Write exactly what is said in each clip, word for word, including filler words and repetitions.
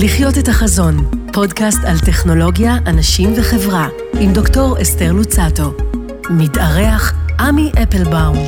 לחיות את החזון, פודקאסט על טכנולוגיה, אנשים וחברה, עם דוקטור אסתר לוצאטו. מתארח עמי אפלבאום.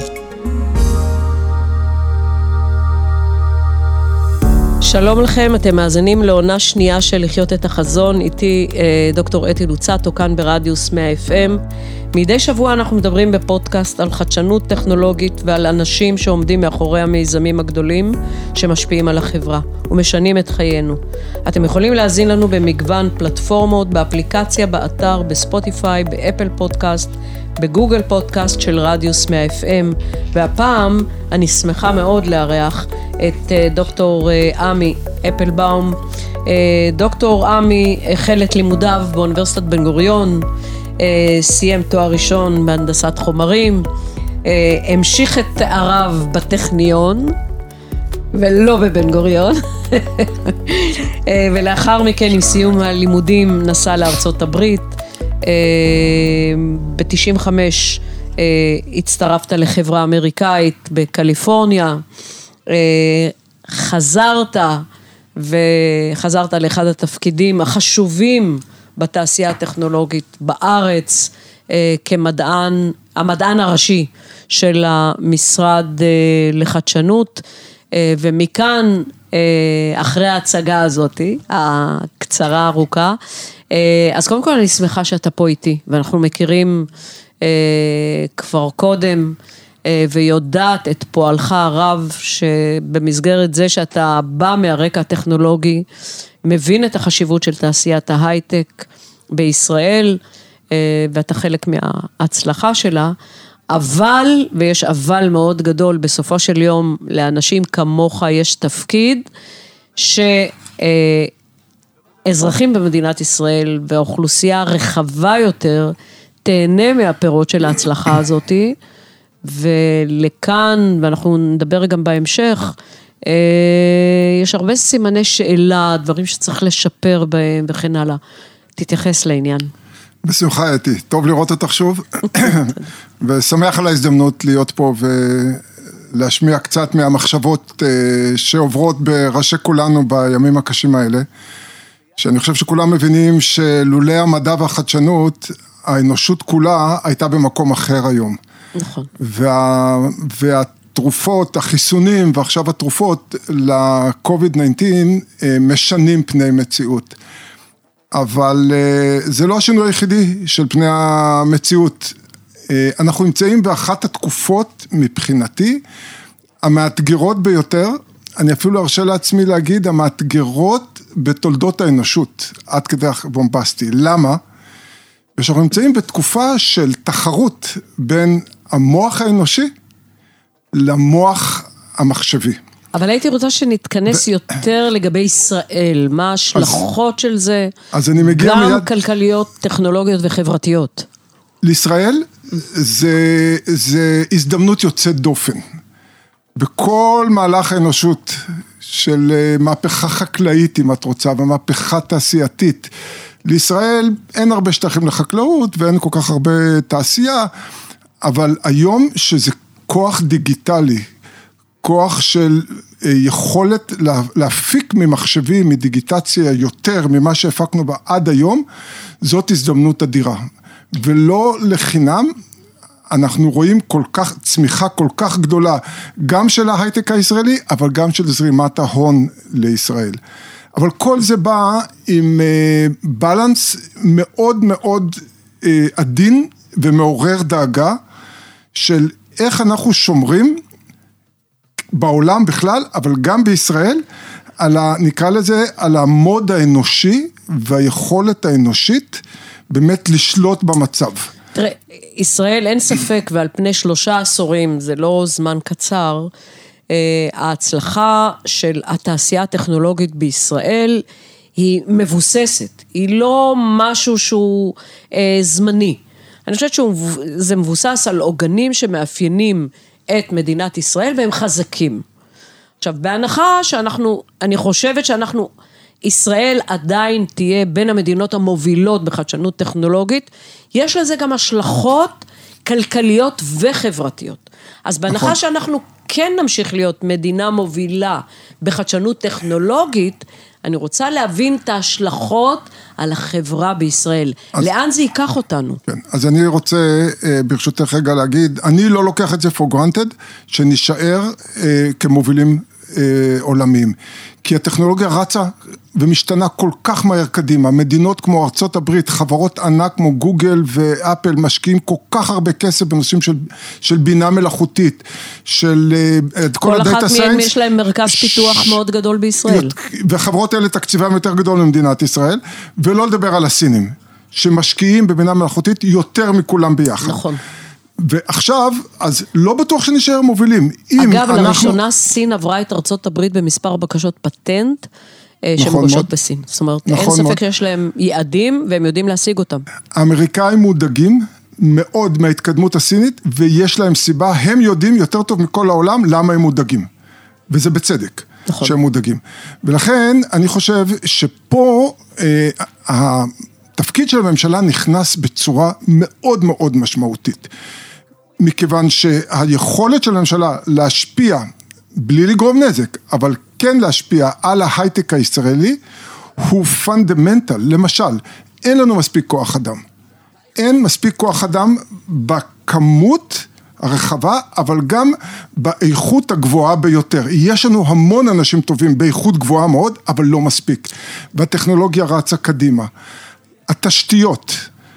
שלום לכם, אתם מאזינים לעונה שנייה של לחיות את החזון, איתי אה, דוקטור אתי לוצאטו, כאן ברדיוס מאה אף אם. מדי שבוע אנחנו מדברים בפודקאסט על חדשנות טכנולוגית ועל אנשים שעומדים מאחורי המיזמים הגדולים שמשפיעים על החברה ומשנים את חיינו. אתם יכולים להזין לנו במגוון פלטפורמות, באפליקציה, באתר, בספוטיפיי, באפל פודקאסט, בגוגל פודקאסט של רדיוס מאה אף אם, והפעם אני שמחה מאוד לארח את דוקטור עמי אפלבאום. דוקטור עמי החל את לימודיו באוניברסיטת בן גוריון, סיים תואר ראשון בהנדסת חומרים, המשיך את תאריו בטכניון ולא בבן גוריון, ולאחר מכן עם סיום הלימודים נסע לארצות הברית. ב-תשעים וחמש הצטרפת לחברה אמריקאית בקליפורניה, חזרת וחזרת לאחד התפקידים החשובים בתעשייה הטכנולוגית בארץ, כמדען, המדען הראשי של המשרד לחדשנות, ומכאן אחרי ההצגה הזאת, הקצרה ארוכה, אז קודם כל אני שמחה שאתה פה איתי, ואנחנו מכירים כבר קודם, ויודעת את פועלך הרב, שבמסגרת זה שאתה בא מהרקע הטכנולוגי, מבין את החשיבות של תעשיית ההייטק בישראל, ואתה חלק מההצלחה שלה, אבל, ויש אבל מאוד גדול, בסופו של יום לאנשים כמוך יש תפקיד, שאזרחים במדינת ישראל והאוכלוסייה הרחבה יותר, תהנה מהפירות של ההצלחה הזאת, ולכאן, ואנחנו נדבר גם בהמשך, יש הרבה סימני שאלה, דברים שצריך לשפר בהם וכן הלאה. תתייחס לעניין. בשמחה אתי, טוב לראות אותך שוב, ושמח על ההזדמנות להיות פה ולהשמיע קצת מהמחשבות שעוברות בראשי כולנו בימים הקשים האלה, שאני חושב שכולם מבינים שלולא המדע והחדשנות, האנושות כולה הייתה במקום אחר היום. נכון. וה, והתרופות, החיסונים ועכשיו התרופות ל-קוביד תשע עשרה משנים פני מציאות. אבל זה לא השינוי היחידי של פני המציאות. אנחנו נמצאים באחת התקופות מבחינתי, המאתגרות ביותר, אני אפילו ארשה לעצמי להגיד, המאתגרות בתולדות האנושות, עד כדי בומבסטי. למה? ושאנחנו נמצאים בתקופה של תחרות בין המוח האנושי למוח המחשבי. אבל הייתי רוצה שנתכנס ו... יותר לגבי ישראל, מה ההשלכות אז, של זה, אז אני מגיע גם מיד... כלכליות, טכנולוגיות וחברתיות. לישראל זה, זה הזדמנות יוצאת דופן. בכל מהלך האנושות של מהפכה חקלאית, אם את רוצה, ומהפכה תעשייתית, לישראל אין הרבה שטחים לחקלאות, ואין כל כך הרבה תעשייה, אבל היום שזה כוח דיגיטלי, כוח של יכולת להפיק ממחשבים, מדיגיטציה יותר ממה שהפקנו בה עד היום, זאת הזדמנות אדירה. ולא לחינם, אנחנו רואים כל כך, צמיחה כל כך גדולה, גם של ההייטק הישראלי, אבל גם של זרימת ההון לישראל. אבל כל זה בא עם בלנס מאוד מאוד עדין ומעורר דאגה, של איך אנחנו שומרים בעולם בכלל, אבל גם בישראל, על ה, נקרא לזה, על המוד האנושי והיכולת האנושית, באמת לשלוט במצב. תראה, ישראל אין ספק, ועל פני שלושה עשורים, זה לא זמן קצר, ההצלחה של התעשייה הטכנולוגית בישראל, היא מבוססת, היא לא משהו שהוא זמני. אני חושבת שזה מבוסס על עוגנים שמאפיינים את מדינת ישראל, והם חזקים. עכשיו, בהנחה שאנחנו, אני חושבת שאנחנו, ישראל עדיין תהיה בין המדינות המובילות בחדשנות טכנולוגית, יש לזה גם השלכות כלכליות וחברתיות. אז בהנחה נכון. שאנחנו כן נמשיך להיות מדינה מובילה בחדשנות טכנולוגית, אני רוצה להבין את ההשלכות על החברה בישראל. אז, לאן זה ייקח אותנו? כן, אז אני רוצה ברשותך רגע להגיד, אני לא לוקח את זה for granted, שנשאר כמובילים עולמיים. כי הטכנולוגיה רצה ומשתנה כל כך מהר קדימה. מדינות כמו ארצות הברית, חברות ענק כמו גוגל ואפל, משקיעים כל כך הרבה כסף בנושאים של, של בינה מלאכותית, של כל, כל אחת מהם יש להם מרכז פיתוח ש... מאוד גדול בישראל. וחברות האלה תקציבם יותר גדול למדינת ישראל, ולא לדבר על הסינים, שמשקיעים בבינה מלאכותית יותר מכולם ביחד. נכון. ועכשיו, אז לא בטוח שנשאר מובילים. אגב, אנחנו... לראשונה סין עברה את ארצות הברית במספר בקשות פטנט, נכון שמוגשות בסין. זאת אומרת, נכון אין ספק מאוד. שיש להם יעדים, והם יודעים להשיג אותם. האמריקאים מודאגים מאוד מההתקדמות הסינית, ויש להם סיבה, הם יודעים יותר טוב מכל העולם, למה הם מודאגים. וזה בצדק, נכון. שהם מודאגים. ולכן, אני חושב שפה, אה, התפקיד של הממשלה נכנס בצורה מאוד מאוד משמעותית. מכיוון שהיכולת של הממשלה להשפיע, בלי לגרום נזק, אבל כן להשפיע על ההייטק הישראלי, הוא פונדמנטל. למשל, אין לנו מספיק כוח אדם. אין מספיק כוח אדם בכמות הרחבה, אבל גם באיכות הגבוהה ביותר. יש לנו המון אנשים טובים באיכות גבוהה מאוד, אבל לא מספיק. והטכנולוגיה רצה קדימה. התשתיות,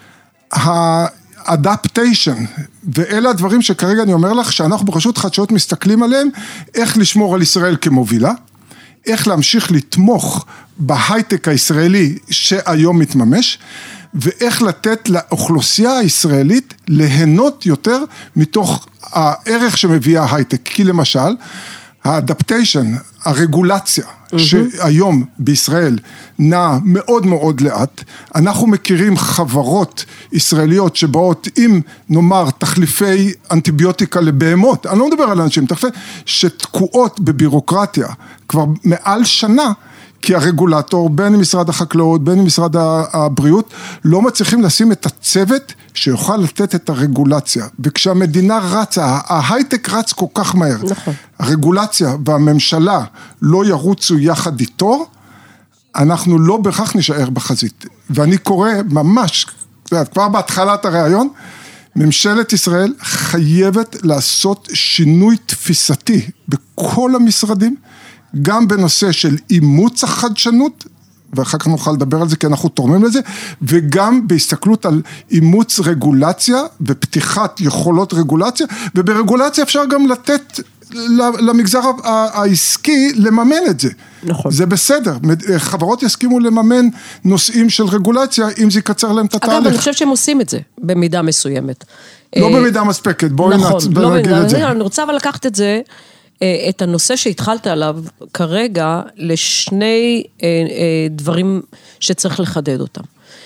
האדפטיישן, ואלה הדברים שכרגע אני אומר לך, שאנחנו ברשות חדשנות מסתכלים עליהם, איך לשמור על ישראל כמובילה, איך להמשיך לתמוך בהייטק הישראלי שהיום מתממש, ואיך לתת לאוכלוסייה הישראלית ליהנות יותר מתוך הערך שמביאה ההייטק. כי למשל, האדפטיישן, הרגולציה, שהיום בישראל נע מאוד מאוד לאט, אנחנו מכירים חברות ישראליות שבאות עם נאמר תחליפי אנטיביוטיקה לבהמות, אני לא מדבר על אנשים, תחליפי שתקועות בבירוקרטיה כבר מעל שנה, כי הרגולטור בין משרד החקלאות, בין משרד הבריאות, לא מצליחים לשים את הצוות שיוכל לתת את הרגולציה. וכשהמדינה רצה, ההייטק רץ כל כך מהר. נכון. הרגולציה והממשלה לא ירוצו יחד איתו, אנחנו לא בהכרח נשאר בחזית. ואני קורא ממש, כבר בהתחלת הרעיון, ממשלת ישראל חייבת לעשות שינוי תפיסתי בכל המשרדים, גם בנושא של אימוץ החדשנות, ואחר כך נוכל לדבר על זה כי אנחנו תורמים לזה, וגם בהסתכלות על אימוץ רגולציה, ופתיחת יכולות רגולציה, וברגולציה אפשר גם לתת למגזר העסקי לממן את זה. נכון. זה בסדר, חברות יסכימו לממן נושאים של רגולציה, אם זה יקצר להם את התהליך. אגב, אני חושב שהם עושים את זה, במידה מסוימת. לא במידה מספקת, בואי נגיד את זה. אני רוצה אבל לקחת את זה, את הנושא שהתחלת עליו כרגע לשני דברים שצריך לחדד אותם.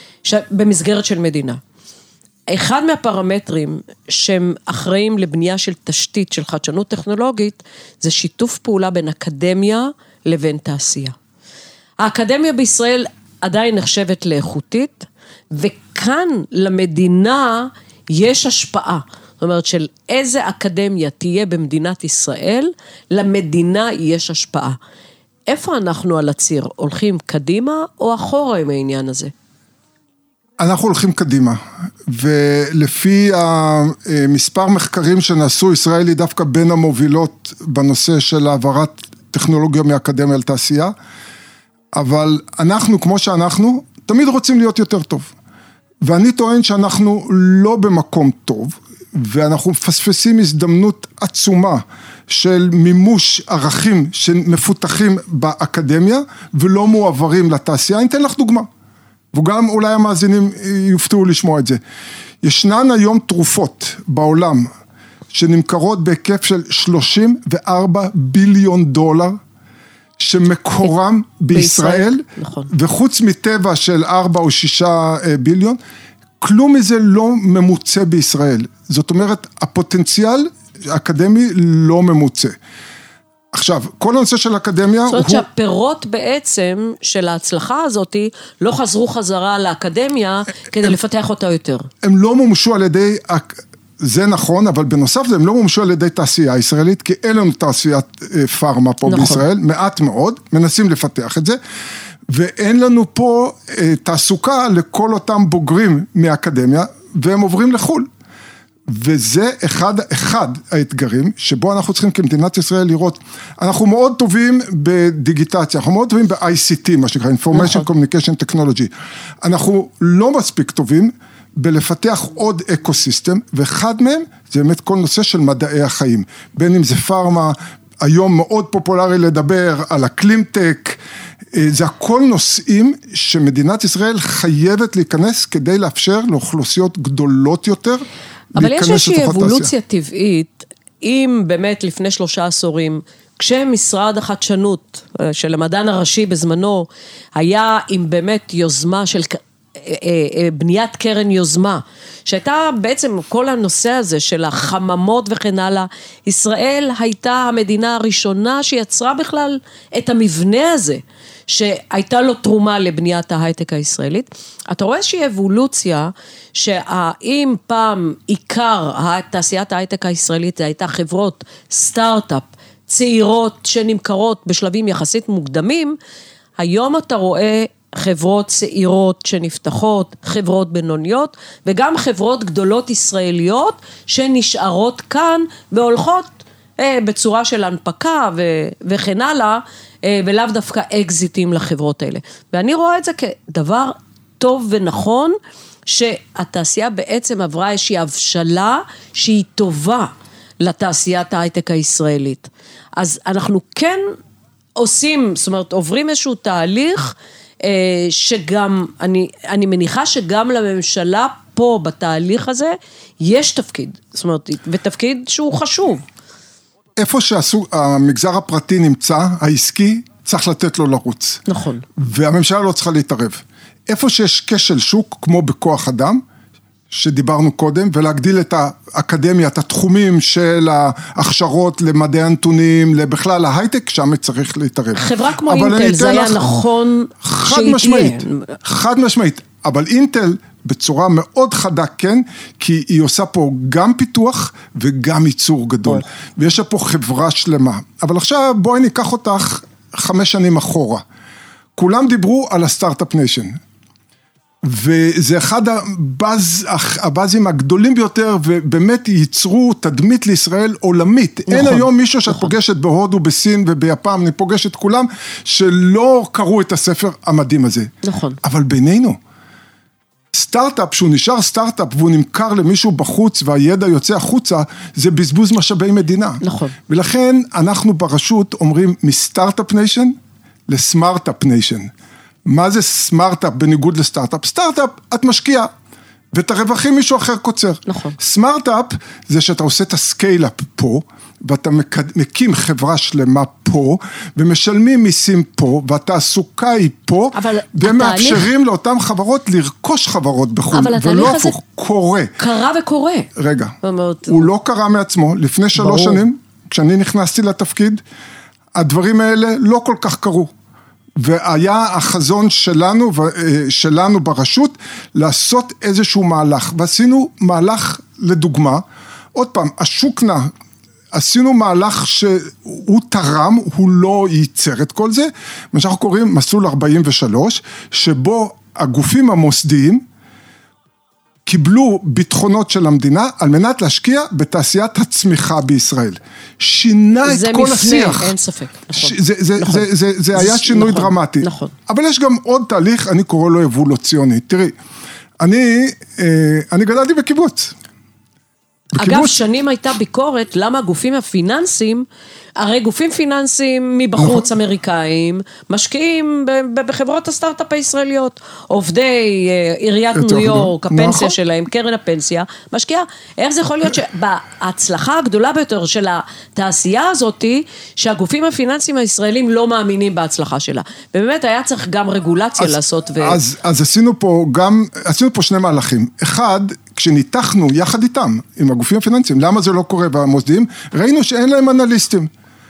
במסגרת של מדינה. אחד מהפרמטרים שהם אחראים לבנייה של תשתית של חדשנות טכנולוגית, זה שיתוף פעולה בין אקדמיה לבין תעשייה. האקדמיה בישראל עדיין נחשבת לאיכותית, וכאן למדינה יש השפעה. זאת אומרת, של איזה אקדמיה תהיה במדינת ישראל, למדינה יש השפעה. איפה אנחנו על הציר? הולכים קדימה או אחורה עם העניין הזה? אנחנו הולכים קדימה, ולפי המספר מחקרים שנעשו, ישראל היא דווקא בין המובילות בנושא של העברת טכנולוגיה מאקדמיה לתעשייה, אבל אנחנו, כמו שאנחנו, תמיד רוצים להיות יותר טוב. ואני טוען שאנחנו לא במקום טוב, ואנחנו מפספסים הזדמנות עצומה של מימוש ערכים שמפותחים באקדמיה, ולא מועברים לתעשייה. אני אתן לך דוגמה, וגם אולי המאזינים יופתעו לשמוע את זה. ישנן היום תרופות בעולם, שנמכרות בהיקף של שלושים וארבעה ביליון דולר, שמקורם בישראל, נכון. וחוץ מטבע של ארבע או שישה ביליון, כלום מזה לא ממוצא בישראל. זאת אומרת, הפוטנציאל האקדמי לא ממוצא. עכשיו, כל הנושא של האקדמיה הוא... זאת אומרת שהפירות בעצם של ההצלחה הזאת לא חזרו חזרה לאקדמיה כדי לפתח אותה יותר. הם לא מומשו על ידי... זה נכון, אבל בנוסף זה הם לא מומשו על ידי תעשייה הישראלית, כי אין לנו תעשיית פארמה פה נכון. בישראל, מעט מאוד, מנסים לפתח את זה, ואין לנו פה תעסוקה לכל אותם בוגרים מהאקדמיה, והם עוברים לחול. וזה אחד, אחד האתגרים, שבו אנחנו צריכים כמדינת ישראל לראות, אנחנו מאוד טובים בדיגיטציה, אנחנו מאוד טובים ב-איי סי טי, מה שנקרא, Information Communication Technology. אנחנו לא מספיק טובים בלפתח עוד אקוסיסטם, ואחד מהם זה באמת כל נושא של מדעי החיים. בין אם זה פארמה, היום מאוד פופולרי לדבר על הקלימטק, זה הכל נושאים שמדינת ישראל חייבת להיכנס כדי לאפשר לאוכלוסיות גדולות יותר, אבל יש איזושהי אבולוציה טבעית, אם באמת לפני שלושה עשורים, כשמשרד החדשנות של המדען הראשי בזמנו, היה עם באמת יוזמה של בניית קרן יוזמה, שהייתה בעצם כל הנושא הזה של החממות וכן הלאה, ישראל הייתה המדינה הראשונה שיצרה בכלל את המבנה הזה, שהייתה לו תרומה לבניית ההייטק הישראלית. אתה רואה איזושהי אבולוציה, שהאם פעם עיקר תעשיית ההייטק הישראלית, זה הייתה חברות סטארט-אפ, צעירות שנמכרות בשלבים יחסית מוקדמים, היום אתה רואה חברות צעירות שנפתחות, חברות בינוניות, וגם חברות גדולות ישראליות שנשארות כאן והולכות אה, בצורה של הנפקה ו- וכן הלאה, אה, ולאו דווקא אקזיטים לחברות האלה. ואני רואה את זה כדבר טוב ונכון, שהתעשייה בעצם עברה איזושהי הבשלה שהיא טובה לתעשיית ההייטק הישראלית. אז אנחנו כן עושים, זאת אומרת, עוברים איזשהו תהליך, שגם, אני, אני מניחה שגם לממשלה פה בתהליך הזה, יש תפקיד, זאת אומרת, ותפקיד שהוא חשוב. איפה שהמגזר הפרטי נמצא, העסקי, צריך לתת לו לרוץ. נכון. והממשלה לא צריכה להתערב. איפה שיש כשל שוק, כמו בכוח אדם, שדיברנו קודם, ולהגדיל את האקדמיה, את התחומים של ההכשרות למדעי הנתונים, בכלל להייטק, שם צריך להתערב. חברה כמו אינטל, זה היה נכון חד משמעית, חד משמעית, אבל אינטל בצורה מאוד חדה, כן, כי היא עושה פה גם פיתוח וגם ייצור גדול, ויש פה חברה שלמה. אבל עכשיו בואי ניקח אותך חמש שנים אחורה. כולם דיברו על הסטארט-אפ ניישן. וזה אחד הבאז, הבאזים הגדולים ביותר, ובאמת ייצרו תדמית לישראל עולמית. נכון, אין היום מישהו שאת נכון. פוגשת בהודו, בסין וביפן, אני פוגשת את כולם, שלא קראו את הספר המדהים הזה. נכון. אבל בינינו, סטארט-אפ, שהוא נשאר סטארט-אפ, והוא נמכר למישהו בחוץ, והידע יוצא החוצה, זה בזבוז משאבי מדינה. נכון. ולכן אנחנו ברשות אומרים, מסטארט-אפ ניישן לסמארט-אפ ניישן. מה זה סמארט-אפ בניגוד לסטארט-אפ? סטארט-אפ, את משקיעה, ואת הרווחים מישהו אחר קוצר. נכון. סמארט-אפ זה שאתה עושה את הסקייל-אפ פה, ואתה מקים חברה שלמה פה, ומשלמים מיסים פה, והתעסוקה היא פה, והם מאפשרים לאותם חברות לרכוש חברות בחו"ל, ולא הפוך, קורה. קרה וקורה. רגע, הוא לא קרה מעצמו, לפני שלוש שנים, כשאני נכנסתי לתפקיד, הדברים האלה לא כל כך קרו. והיה החזון שלנו, שלנו ברשות, לעשות איזשהו מהלך, ועשינו מהלך לדוגמה, עוד פעם, השוק נע, עשינו מהלך שהוא תרם, הוא לא ייצר את כל זה, מה שאנחנו קוראים מסלול ארבעים ושלוש, שבו הגופים המוסדיים, קיבלו ביטחונות של המדינה על מנת להשקיע בתעשיית הצמיחה בישראל. שינה את כל השיח. אין ספק, נכון. זה, זה, נכון. זה, זה, זה היה שינוי נכון, דרמטי. נכון. אבל יש גם עוד תהליך, אני קורא לו אבולוציוני. תראי, אני, אני גדלתי בקיבוץ. אגב, בקיבוץ... שנים הייתה ביקורת, למה הגופים הפיננסיים, הרי גופים פיננסיים מבחוץ נכון. אמריקאים, משקיעים בחברות הסטארט-אפ הישראליות, עובדי עיריית ניו יורק, הפנסיה נכון. שלהם, קרן הפנסיה, משקיעה. איך זה יכול להיות שבהצלחה הגדולה ביותר של התעשייה הזאת, שהגופים הפיננסיים הישראלים לא מאמינים בהצלחה שלה. ובאמת היה צריך גם רגולציה אז, לעשות. ו... אז, אז עשינו פה גם, עשינו פה שני מהלכים. אחד, כשניתחנו יחד איתם, עם הגופים הפיננסיים, למה זה לא קורה במוסדיים, ראינו שאין להם אנליסטים.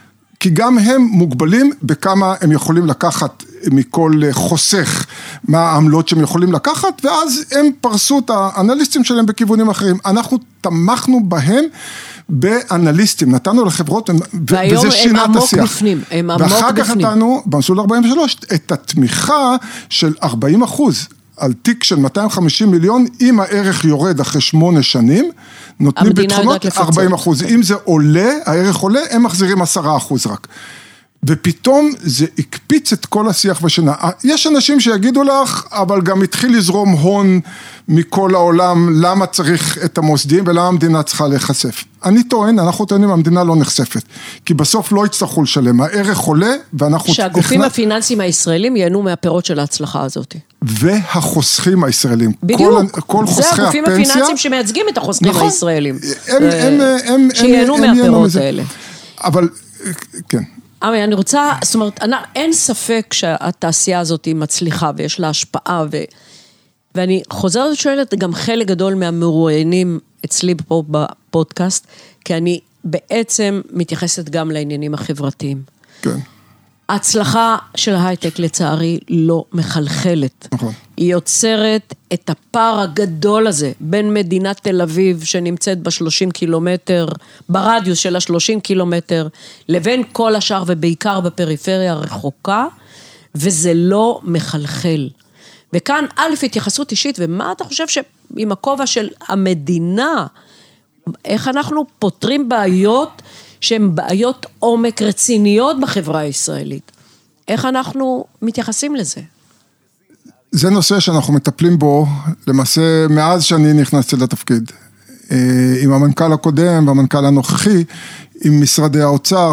כי גם הם מוגבלים בכמה הם יכולים לקחת מכל חוסך, מה העמלות שהם יכולים לקחת, ואז הם פרסו את האנליסטים שלהם בכיוונים אחרים. אנחנו תמכנו בהם באנליסטים, נתנו לחברות, וזה שינה את השיח. בפנים, הם עמוק בפנים. ואחר כך נתנו, במסלול ארבעים ושלוש, את התמיכה של ארבעים אחוז, על תיק של מאתיים וחמישים מיליון, אם הערך יורד אחרי שמונה שנים, נותנים ביטחונות ארבעים אחוז. אם זה עולה, הערך עולה, הם מחזירים עשרה אחוז רק. ופתאום זה הקפיץ את כל השיח ושינה. יש אנשים שיגידו לך, אבל גם התחיל לזרום הון מכל העולם, למה צריך את המוסדים ולמה המדינה צריכה להיחשף. אני טוען, אנחנו טוענים, המדינה לא נחשפת, כי בסוף לא יצטרכו לשלם, הערך עולה ואנחנו... שהגופים הכנ... הפיננסיים הישראלים ייהנו מהפירות של ההצלחה הזאת. והחוסכים הישראלים. בדיוק, כל, כל זה הגופים הפנסיה, הפיננסיים שמייצגים את החוסכים נכון, הישראלים. הם, ו... הם, הם, שייהנו הם, מהפירות הם האלה. אבל, כן. עמי, אני רוצה, זאת אומרת, אין ספק שהתעשייה הזאת היא מצליחה ויש לה השפעה, ו... ואני חוזרת ושואלת גם חלק גדול מהמרואיינים אצלי פה בפודקאסט, כי אני בעצם מתייחסת גם לעניינים החברתיים. כן. ההצלחה של ההייטק לצערי לא מחלחלת. נכון. היא יוצרת את הפער הגדול הזה בין מדינת תל אביב שנמצאת ב-שלושים קילומטר, ברדיוס של ה-שלושים קילומטר, לבין כל השאר ובעיקר בפריפריה הרחוקה, וזה לא מחלחל. וכאן א' התייחסות אישית, ומה אתה חושב שעם הכובע של המדינה, איך אנחנו פותרים בעיות שהן בעיות עומק רציניות בחברה הישראלית? איך אנחנו מתייחסים לזה? זה נושא שאנחנו מטפלים בו, למעשה מאז שאני נכנסתי לתפקיד, עם המנכ"ל הקודם והמנכ"ל הנוכחי, עם משרדי האוצר,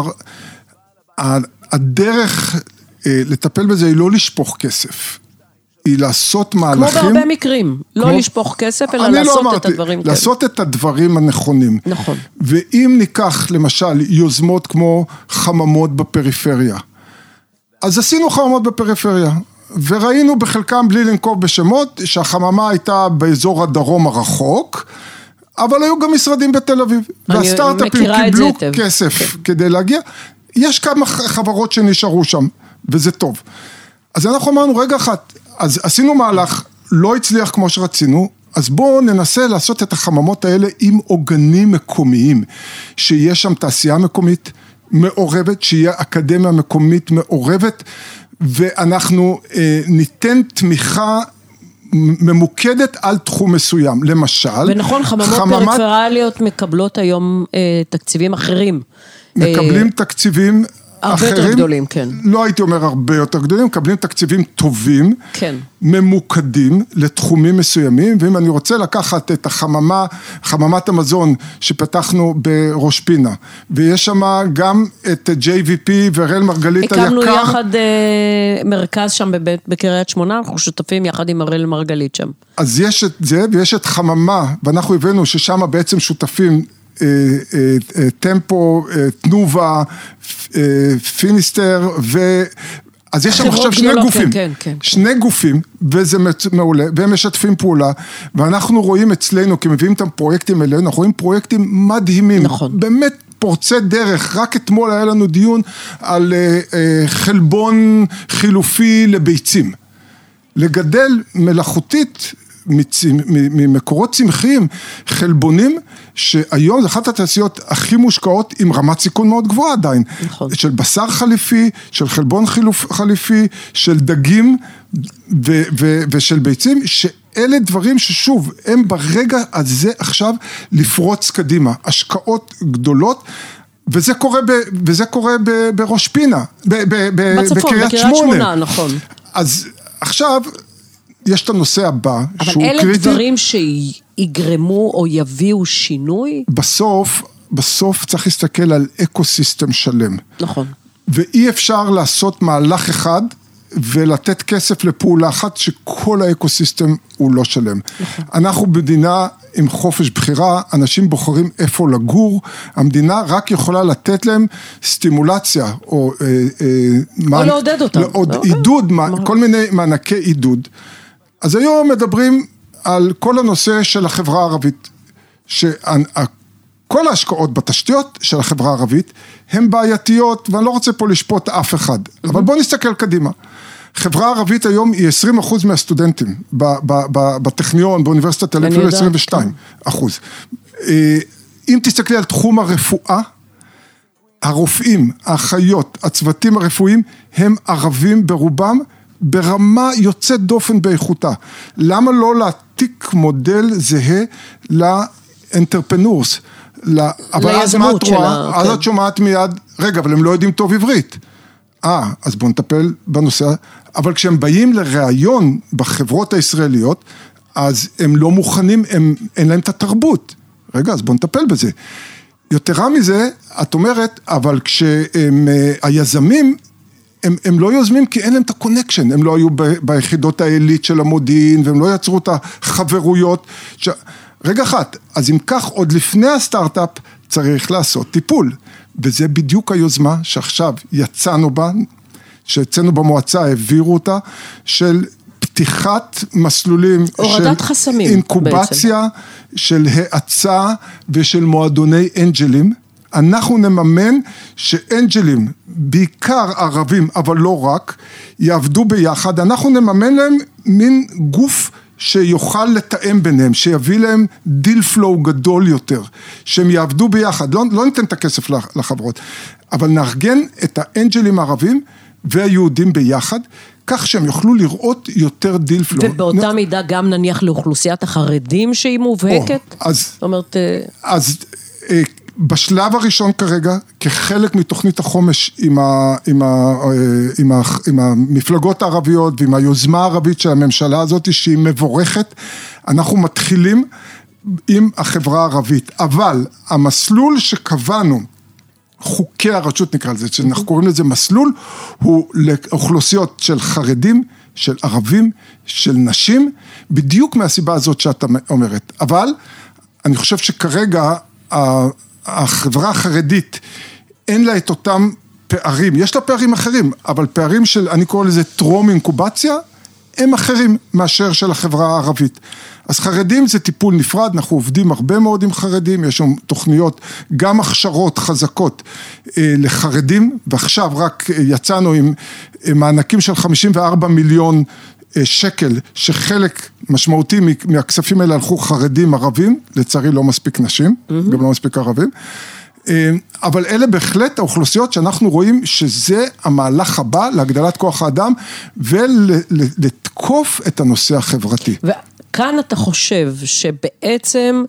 הדרך לטפל בזה היא לא לשפוך כסף, היא לעשות מהלכים... כמו בהרבה מקרים, לא כמו... לשפוך כסף, אלא לעשות לא אמרתי, את הדברים. לעשות כן. את הדברים הנכונים. נכון. ואם ניקח למשל יוזמות כמו חממות בפריפריה, אז עשינו חממות בפריפריה, וראינו בחלקם בלי לנקוב בשמות, שהחממה הייתה באזור הדרום הרחוק, אבל היו גם משרדים בתל אביב, והסטארט-אפים קיבלו כסף כן. כדי להגיע, יש כמה חברות שנשארו שם, וזה טוב. אז אנחנו אמרנו, רגע אחת, אז עשינו מהלך, לא הצליח כמו שרצינו, אז בואו ננסה לעשות את החממות האלה עם עוגנים מקומיים, שיהיה שם תעשייה מקומית מעורבת, שיהיה אקדמיה מקומית מעורבת, ואנחנו אה, ניתן תמיכה ממוקדת על תחום מסוים, למשל. ונכון, חממות חממת... פריפריאליות מקבלות היום אה, תקציבים אחרים. מקבלים אה... תקציבים הרבה אחרים, יותר גדולים, כן. לא הייתי אומר הרבה יותר גדולים, מקבלים תקציבים טובים, כן. ממוקדים לתחומים מסוימים, ואם אני רוצה לקחת את החממה, חממת המזון שפתחנו בראש פינה, ויש שם גם את ג'יי וי פי וראל מרגלית היקר. הקמנו יחד אה, מרכז שם בבית, בקריית שמונה, אנחנו שותפים יחד עם ראל מרגלית שם. אז יש את זה, ויש את חממה, ואנחנו הבאנו ששם בעצם שותפים, טמפו, תנובה, פיניסטר, ו... אז יש שם עכשיו שני גופים, כן, כן, שני כן. גופים, וזה מעולה, והם משתפים פעולה, ואנחנו רואים אצלנו, כי מביאים את הפרויקטים אלינו, אנחנו רואים פרויקטים מדהימים, נכון. באמת פורצי דרך, רק אתמול היה לנו דיון על חלבון חילופי לביצים, לגדל מלאכותית, ממקורות צמחיים, חלבונים, שהיום זה אחת התעשיות הכי מושקעות עם רמת סיכון מאוד גבוהה עדיין, נכון. של בשר חליפי, של חלבון חילוף חליפי, של דגים ו- ו- ושל ביצים, שאלה דברים ששוב, הם ברגע הזה עכשיו לפרוץ קדימה, השקעות גדולות, וזה קורה, ב- וזה קורה ב- בראש פינה, ב- ב- ב- בצפון, בקריית בקריית שמונה, נכון. אז עכשיו, יש את הנושא הבא, שהוא קריטי. אבל אלה דברים שיגרמו או יביאו שינוי? בסוף, בסוף צריך להסתכל על אקוסיסטם שלם. נכון. ואי אפשר לעשות מהלך אחד, ולתת כסף לפעולה אחת, שכל האקוסיסטם הוא לא שלם. נכון. אנחנו מדינה עם חופש בחירה, אנשים בוחרים איפה לגור, המדינה רק יכולה לתת להם סטימולציה, או... או מענ... לעודד אותם. לעוד... עידוד, מה... כל מיני מענקי עידוד. אז היום מדברים על כל הנושא של החברה הערבית, שכל כל ההשקעות בתשתיות של החברה הערבית, הן בעייתיות, ואני לא רוצה פה לשפוט אף אחד, אבל בואו נסתכל קדימה. חברה ערבית היום היא עשרים אחוז מהסטודנטים, בטכניון, באוניברסיטת תל אביב, עשרים ושתיים אחוז. אם תסתכלי על תחום הרפואה, הרופאים, האחיות, הצוותים הרפואיים, הם ערבים ברובם, ברמה יוצאת דופן באיכותה. למה לא להעתיק מודל זהה לאנטרפנורס? אבל אז מה את רואה? אז את שומעת מיד, רגע, אבל הם לא יודעים טוב עברית. אה, אז בואו נטפל בנושא, אבל כשהם באים לראיון בחברות הישראליות, אז הם לא מוכנים, הם, אין להם את התרבות. רגע, אז בואו נטפל בזה. יתרה מזה, את אומרת, אבל כשהיזמים, הם, הם לא יוזמים כי אין להם את הקונקשן, הם לא היו ב, ביחידות העילית של המודיעין, והם לא יצרו את החברויות. ש... רגע אחת, אז אם כך, עוד לפני הסטארט-אפ, צריך לעשות טיפול. וזה בדיוק היוזמה שעכשיו יצאנו בה, שיצאנו במועצה, העבירו אותה, של פתיחת מסלולים, הורדת חסמים, אינקובציה, בעצם. של האצה ושל מועדוני אנג'לים. אנחנו נממן שאנג'לים, בעיקר ערבים, אבל לא רק, יעבדו ביחד. אנחנו נממן להם מין גוף שיוכל לתאם ביניהם, שיביא להם דיל פלואו גדול יותר, שהם יעבדו ביחד, לא, לא ניתן את הכסף לחברות, אבל נארגן את האנג'לים הערבים והיהודים ביחד, כך שהם יוכלו לראות יותר דיל פלואו. ובאותה נ... מידה גם נניח לאוכלוסיית החרדים שהיא מובהקת? או, אז, זאת אומרת... אז בשלב הראשון כרגע, כחלק מתוכנית החומש עם, ה, עם, ה, עם, ה, עם המפלגות הערביות ועם היוזמה הערבית של הממשלה הזאת, שהיא מבורכת, אנחנו מתחילים עם החברה הערבית. אבל המסלול שקבענו, חוקי הרשות נקרא לזה, שאנחנו קוראים לזה מסלול, הוא לאוכלוסיות של חרדים, של ערבים, של נשים, בדיוק מהסיבה הזאת שאתה אומרת. אבל אני חושב שכרגע, החברה החרדית, אין לה את אותם פערים, יש לה פערים אחרים, אבל פערים של, אני קורא לזה טרום אינקובציה, הם אחרים מאשר של החברה הערבית. אז חרדים זה טיפול נפרד, אנחנו עובדים הרבה מאוד עם חרדים, יש שם תוכניות, גם הכשרות חזקות אה, לחרדים, ועכשיו רק יצאנו עם אה, מענקים של חמישים וארבעה מיליון אה, שקל, שחלק משמעותי מהכספים האלה הלכו חרדים ערבים, לצערי לא מספיק נשים, mm-hmm. גם לא מספיק ערבים, אבל אלה בהחלט האוכלוסיות שאנחנו רואים שזה המהלך הבא להגדלת כוח האדם ולתקוף את הנושא החברתי. וכאן אתה חושב שבעצם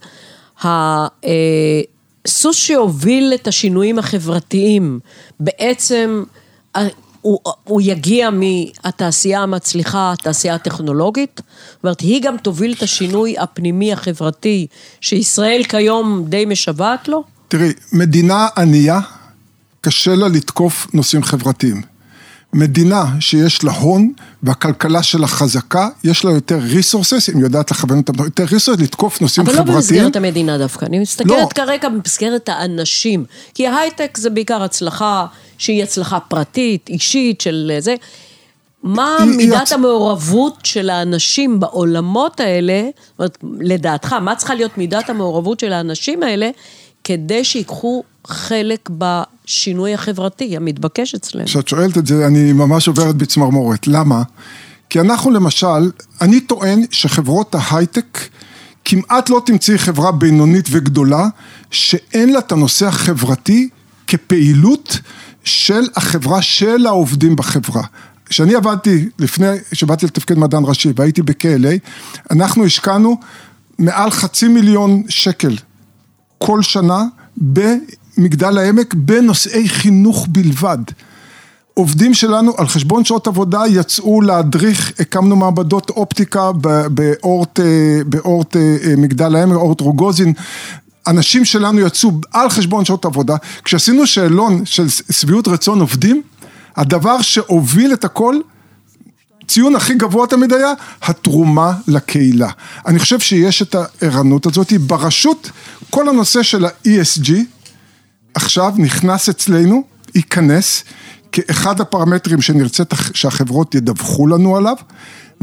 הסוס שהוביל את השינויים החברתיים בעצם הוא, הוא יגיע מהתעשייה המצליחה, התעשייה הטכנולוגית, זאת אומרת, היא גם תוביל את השינוי הפנימי החברתי שישראל כיום די משוועת לו? תראי, מדינה ענייה, קשה לה לתקוף נושאים חברתיים. מדינה שיש לה הון, והכלכלה שלה חזקה, יש לה יותר ריסורסס, אם יודעת לכוון אותם, יותר ריסורסס, לתקוף נושאים חברתיים. אבל לא במסגרת המדינה דווקא, אני מסתכלת לא. כרגע במסגרת האנשים, כי ההייטק זה בעיקר הצלחה, שהיא הצלחה פרטית, אישית של זה. מה היא, מידת היא... המעורבות של האנשים בעולמות האלה, זאת אומרת, לדעתך, מה צריכה להיות מידת המעורבות של האנשים האלה, כדי שיקחו חלק בשינוי החברתי, המתבקש אצלנו. כשאת שואלת את זה, אני ממש עוברת בצמרמורת. למה? כי אנחנו למשל, אני טוען שחברות ההייטק, כמעט לא תמצאי חברה בינונית וגדולה, שאין לה את הנושא החברתי כפעילות של החברה, של העובדים בחברה. כשאני עבדתי, לפני שבאתי לתפקד מדען ראשי, והייתי ב-K L A, אנחנו השקענו מעל חצי מיליון שקל, כל שנה במגדל העמק בנושאי חינוך בלבד. עובדים שלנו על חשבון שעות עבודה יצאו להדריך, הקמנו מעבדות אופטיקה באורט, באורט מגדל העמק, אורט רוגוזין. אנשים שלנו יצאו על חשבון שעות עבודה. כשעשינו שאלון של שביעות רצון עובדים, הדבר שהוביל את הכל, ציון הכי גבוה תמיד היה, התרומה לקהילה. אני חושב שיש את הערנות הזאת, ברשות, כל הנושא של ה-E S G, עכשיו נכנס אצלנו, ייכנס, כאחד הפרמטרים שנרצה שהחברות ידווחו לנו עליו,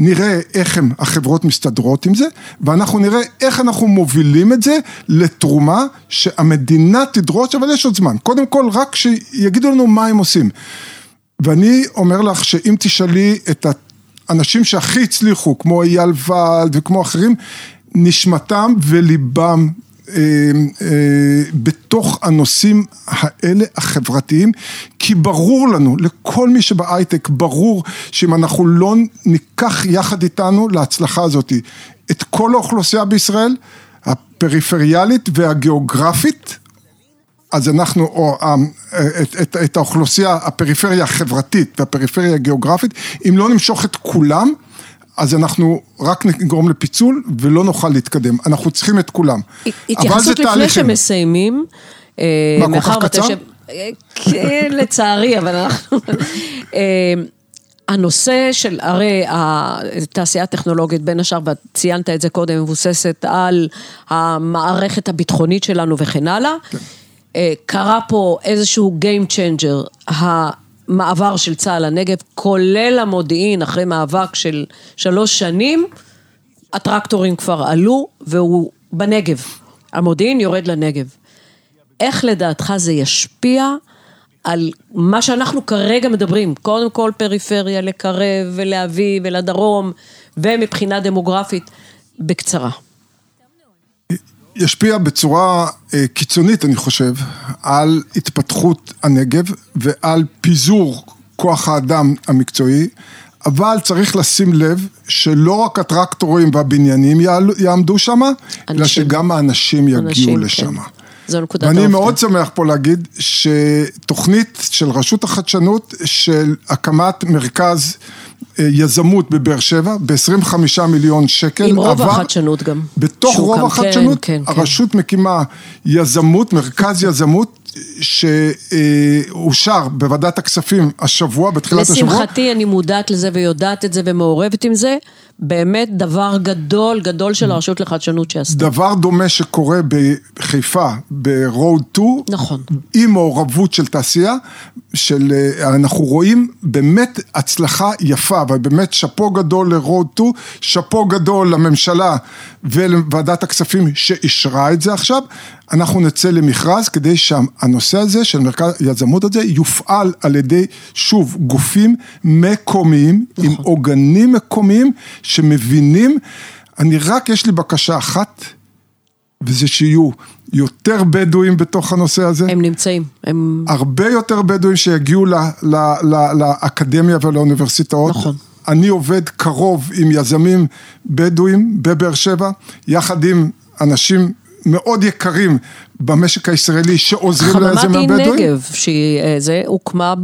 נראה איך הם, החברות מסתדרות עם זה, ואנחנו נראה איך אנחנו מובילים את זה לתרומה שהמדינה תדרוש, אבל יש עוד זמן. קודם כל, רק שיגידו לנו מה הם עושים. ואני אומר לך שאם תשאלי את האנשים שהכי הצליחו, כמו אייל ולד וכמו אחרים, נשמתם וליבם אה, אה, בתוך הנושאים האלה החברתיים, כי ברור לנו, לכל מי שבהייטק, ברור שאם אנחנו לא ניקח יחד איתנו להצלחה הזאת, את כל האוכלוסייה בישראל, הפריפריאלית והגיאוגרפית, אז אנחנו, או, את, את, את האוכלוסייה, הפריפריה החברתית והפריפריה הגיאוגרפית, אם לא נמשוך את כולם, אז אנחנו רק נגרום לפיצול ולא נוכל להתקדם. אנחנו צריכים את כולם. התייחסות לפני שמסיימים. מה, כל כך קצר? כן, לצערי, אבל אנחנו... הנושא של, הרי התעשייה הטכנולוגית בין השאר, וציינת את זה קודם, מבוססת על המערכת הביטחונית שלנו וכן הלאה. כן. קרה פה איזשהו game changer, המעבר של צה"ל לנגב, כולל המודיעין, אחרי מאבק של שלוש שנים, הטרקטורים כבר עלו, והוא בנגב. המודיעין יורד לנגב. איך לדעתך זה ישפיע על מה שאנחנו כרגע מדברים, קודם כל פריפריה, לקרב ולהביא ולדרום, ומבחינה דמוגרפית, בקצרה. ישפיע בצורה קיצונית, אני חושב, על התפתחות הנגב ועל פיזור כוח האדם המקצועי, אבל צריך לשים לב שלא רק הטרקטורים והבניינים יעמדו שם, אלא שגם האנשים יגיעו אנשים, לשם. כן. זו נקודת ואני האופן. מאוד שמח פה להגיד שתוכנית של רשות החדשנות של הקמת מרכז יזמות בבאר שבע, ב-עשרים וחמישה מיליון שקל. עם רוב החדשנות גם. בתוך רוב קם, החדשנות, כן, כן, הרשות כן. מקימה יזמות, מרכז יזמות, שאושר בוועדת הכספים השבוע, בתחילת השבוע. לשמחתי אני מודעת לזה ויודעת את זה ומעורבת עם זה, באמת דבר גדול, גדול של הרשות לחדשנות שעשתה. דבר דומה שקורה בחיפה, ברוד שתיים, נכון. עם מעורבות של תעשייה, של, אנחנו רואים באמת הצלחה יפה, ובאמת שפו גדול לרוד שתיים, שפו גדול לממשלה ולוועדת הכספים שאישרה את זה עכשיו, אנחנו נצא למכרז כדי שהנושא הזה של מרכז יזמות הזה יופעל על ידי, שוב, גופים מקומיים, נכון. עם עוגנים מקומיים שמבינים, אני רק יש לי בקשה אחת, וזה שיהיו יותר בדואים בתוך הנושא הזה. הם נמצאים. הם... הרבה יותר בדואים שיגיעו ל, ל, ל, לאקדמיה ולאוניברסיטאות. נכון. אני עובד קרוב עם יזמים בדואים בבאר שבע, יחד עם אנשים מאוד יקרים במשק הישראלי שעוזרים ליזמים הבדואים. חממת נגב, שזה הוקמה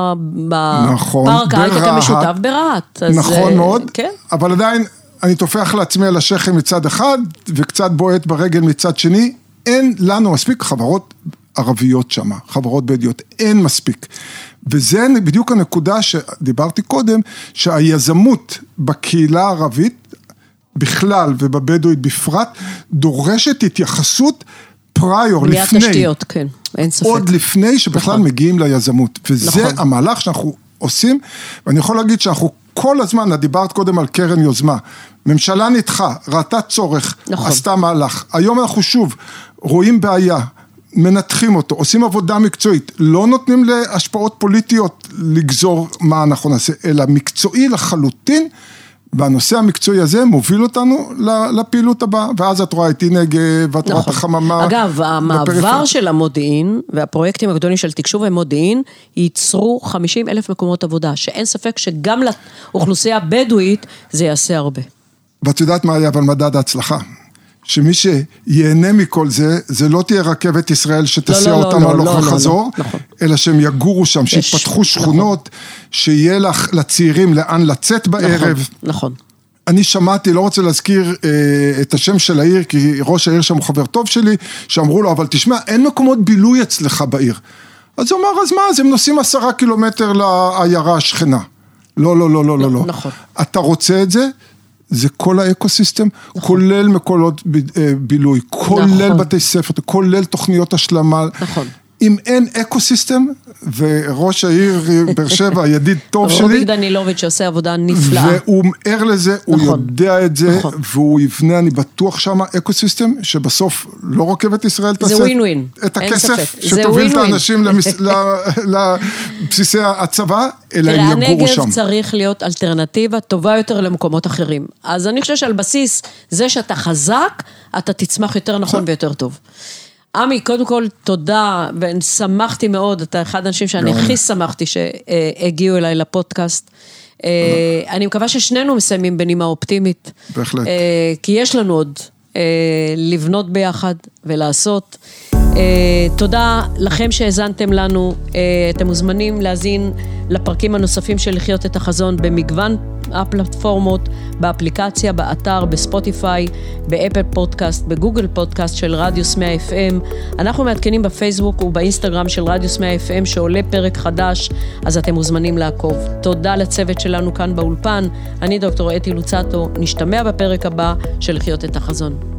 בפארק ההייטק המשותף ברהט. נכון מאוד, אבל עדיין אני תופח לעצמי על השכם מצד אחד, וקצת בועט ברגל מצד שני, אין לנו מספיק חברות ערביות שם, חברות בדואיות, אין מספיק. וזה בדיוק הנקודה שדיברתי קודם, שהיזמות בקהילה הערבית, בכלל ובבדואית בפרט, דורשת התייחסות פריור, לפני. בניית תשתיות, כן, אין ספק. עוד לפני שבכלל נכון. מגיעים ליזמות. וזה נכון. המהלך שאנחנו עושים, ואני יכול להגיד שאנחנו כל הזמן, דיברת קודם על קרן יוזמה, ממשלה נדחה, ראתה צורך, נכון. עשתה מהלך. היום אנחנו שוב רואים בעיה, מנתחים אותו, עושים עבודה מקצועית, לא נותנים להשפעות פוליטיות לגזור מה אנחנו נעשה, אלא מקצועי לחלוטין, והנושא המקצועי הזה מוביל אותנו לפעילות הבאה, ואז את רואה איתי נגב, ואת רואה את החממה. אגב, המעבר של המודיעין, והפרויקטים הגדולים של תקשוב ומודיעין, ייצרו חמישים אלף מקומות עבודה, שאין ספק שגם לאוכלוסייה הבדואית זה יעשה הרבה. ואת יודעת מה היה אבל מדד ההצלחה? שמי שיהנה מכל זה, זה לא תהיה רכבת ישראל שתסיע לא, לא, אותנו לא, הלוך לא, וחזור, לא, לא. אלא שהם יגורו שם, שיתפתחו שכונות, שיהיה לך, לצעירים לאן לצאת בערב. נכון, נכון. אני שמעתי, לא רוצה להזכיר אה, את השם של העיר, כי ראש העיר שם הוא חבר טוב שלי, שאמרו לו, אבל תשמע, אין מקומות בילוי אצלך בעיר. אז הוא אמר, אז מה, אז הם נוסעים עשרה קילומטר לעיירה השכנה. לא, לא, לא, לא, לא, לא. נכון. אתה רוצה את זה? זה כל האקוסיסטם, נכון. כולל מקולות בילוי, כולל נכון. בתי ספר, כולל תוכניות השלמה. נכון. אם אין אקוסיסטם, וראש העיר באר שבע, ידיד טוב שלי. רוביק דנילוביץ' שעושה עבודה נפלאה. והוא ער לזה, הוא יודע את זה, והוא יבנה, אני בטוח שם, אקוסיסטם, שבסוף לא רכבת ישראל תעשה. זה ווין ווין. את הכסף, שתוביל את האנשים לבסיסי הצבא, אלא הם יגורו שם. הנגב צריך להיות אלטרנטיבה טובה יותר למקומות אחרים. אז אני חושב שעל בסיס זה שאתה חזק, אתה תצמח יותר נכון ויותר טוב. עמי, קודם כל, תודה, ושמחתי מאוד, אתה אחד האנשים שאני הכי שמחתי שהגיעו אליי לפודקאסט. אני מקווה ששנינו מסיימים בנימה אופטימית. בהחלט. כי יש לנו עוד לבנות ביחד ולעשות. תודה לכם שהזנתם לנו, אתם מוזמנים להזין לפרקים הנוספים של לחיות את החזון במגוון הפלטפורמות, באפליקציה, באתר, בספוטיפיי, באפל פודקאסט, בגוגל פודקאסט של רדיוס מאה אף אם. אנחנו מעדכנים בפייסבוק ובאינסטגרם של רדיוס מאה אף אם שעולה פרק חדש, אז אתם מוזמנים לעקוב. תודה לצוות שלנו כאן באולפן, אני דוקטור אתי לוצטו, נשתמע בפרק הבא של לחיות את החזון.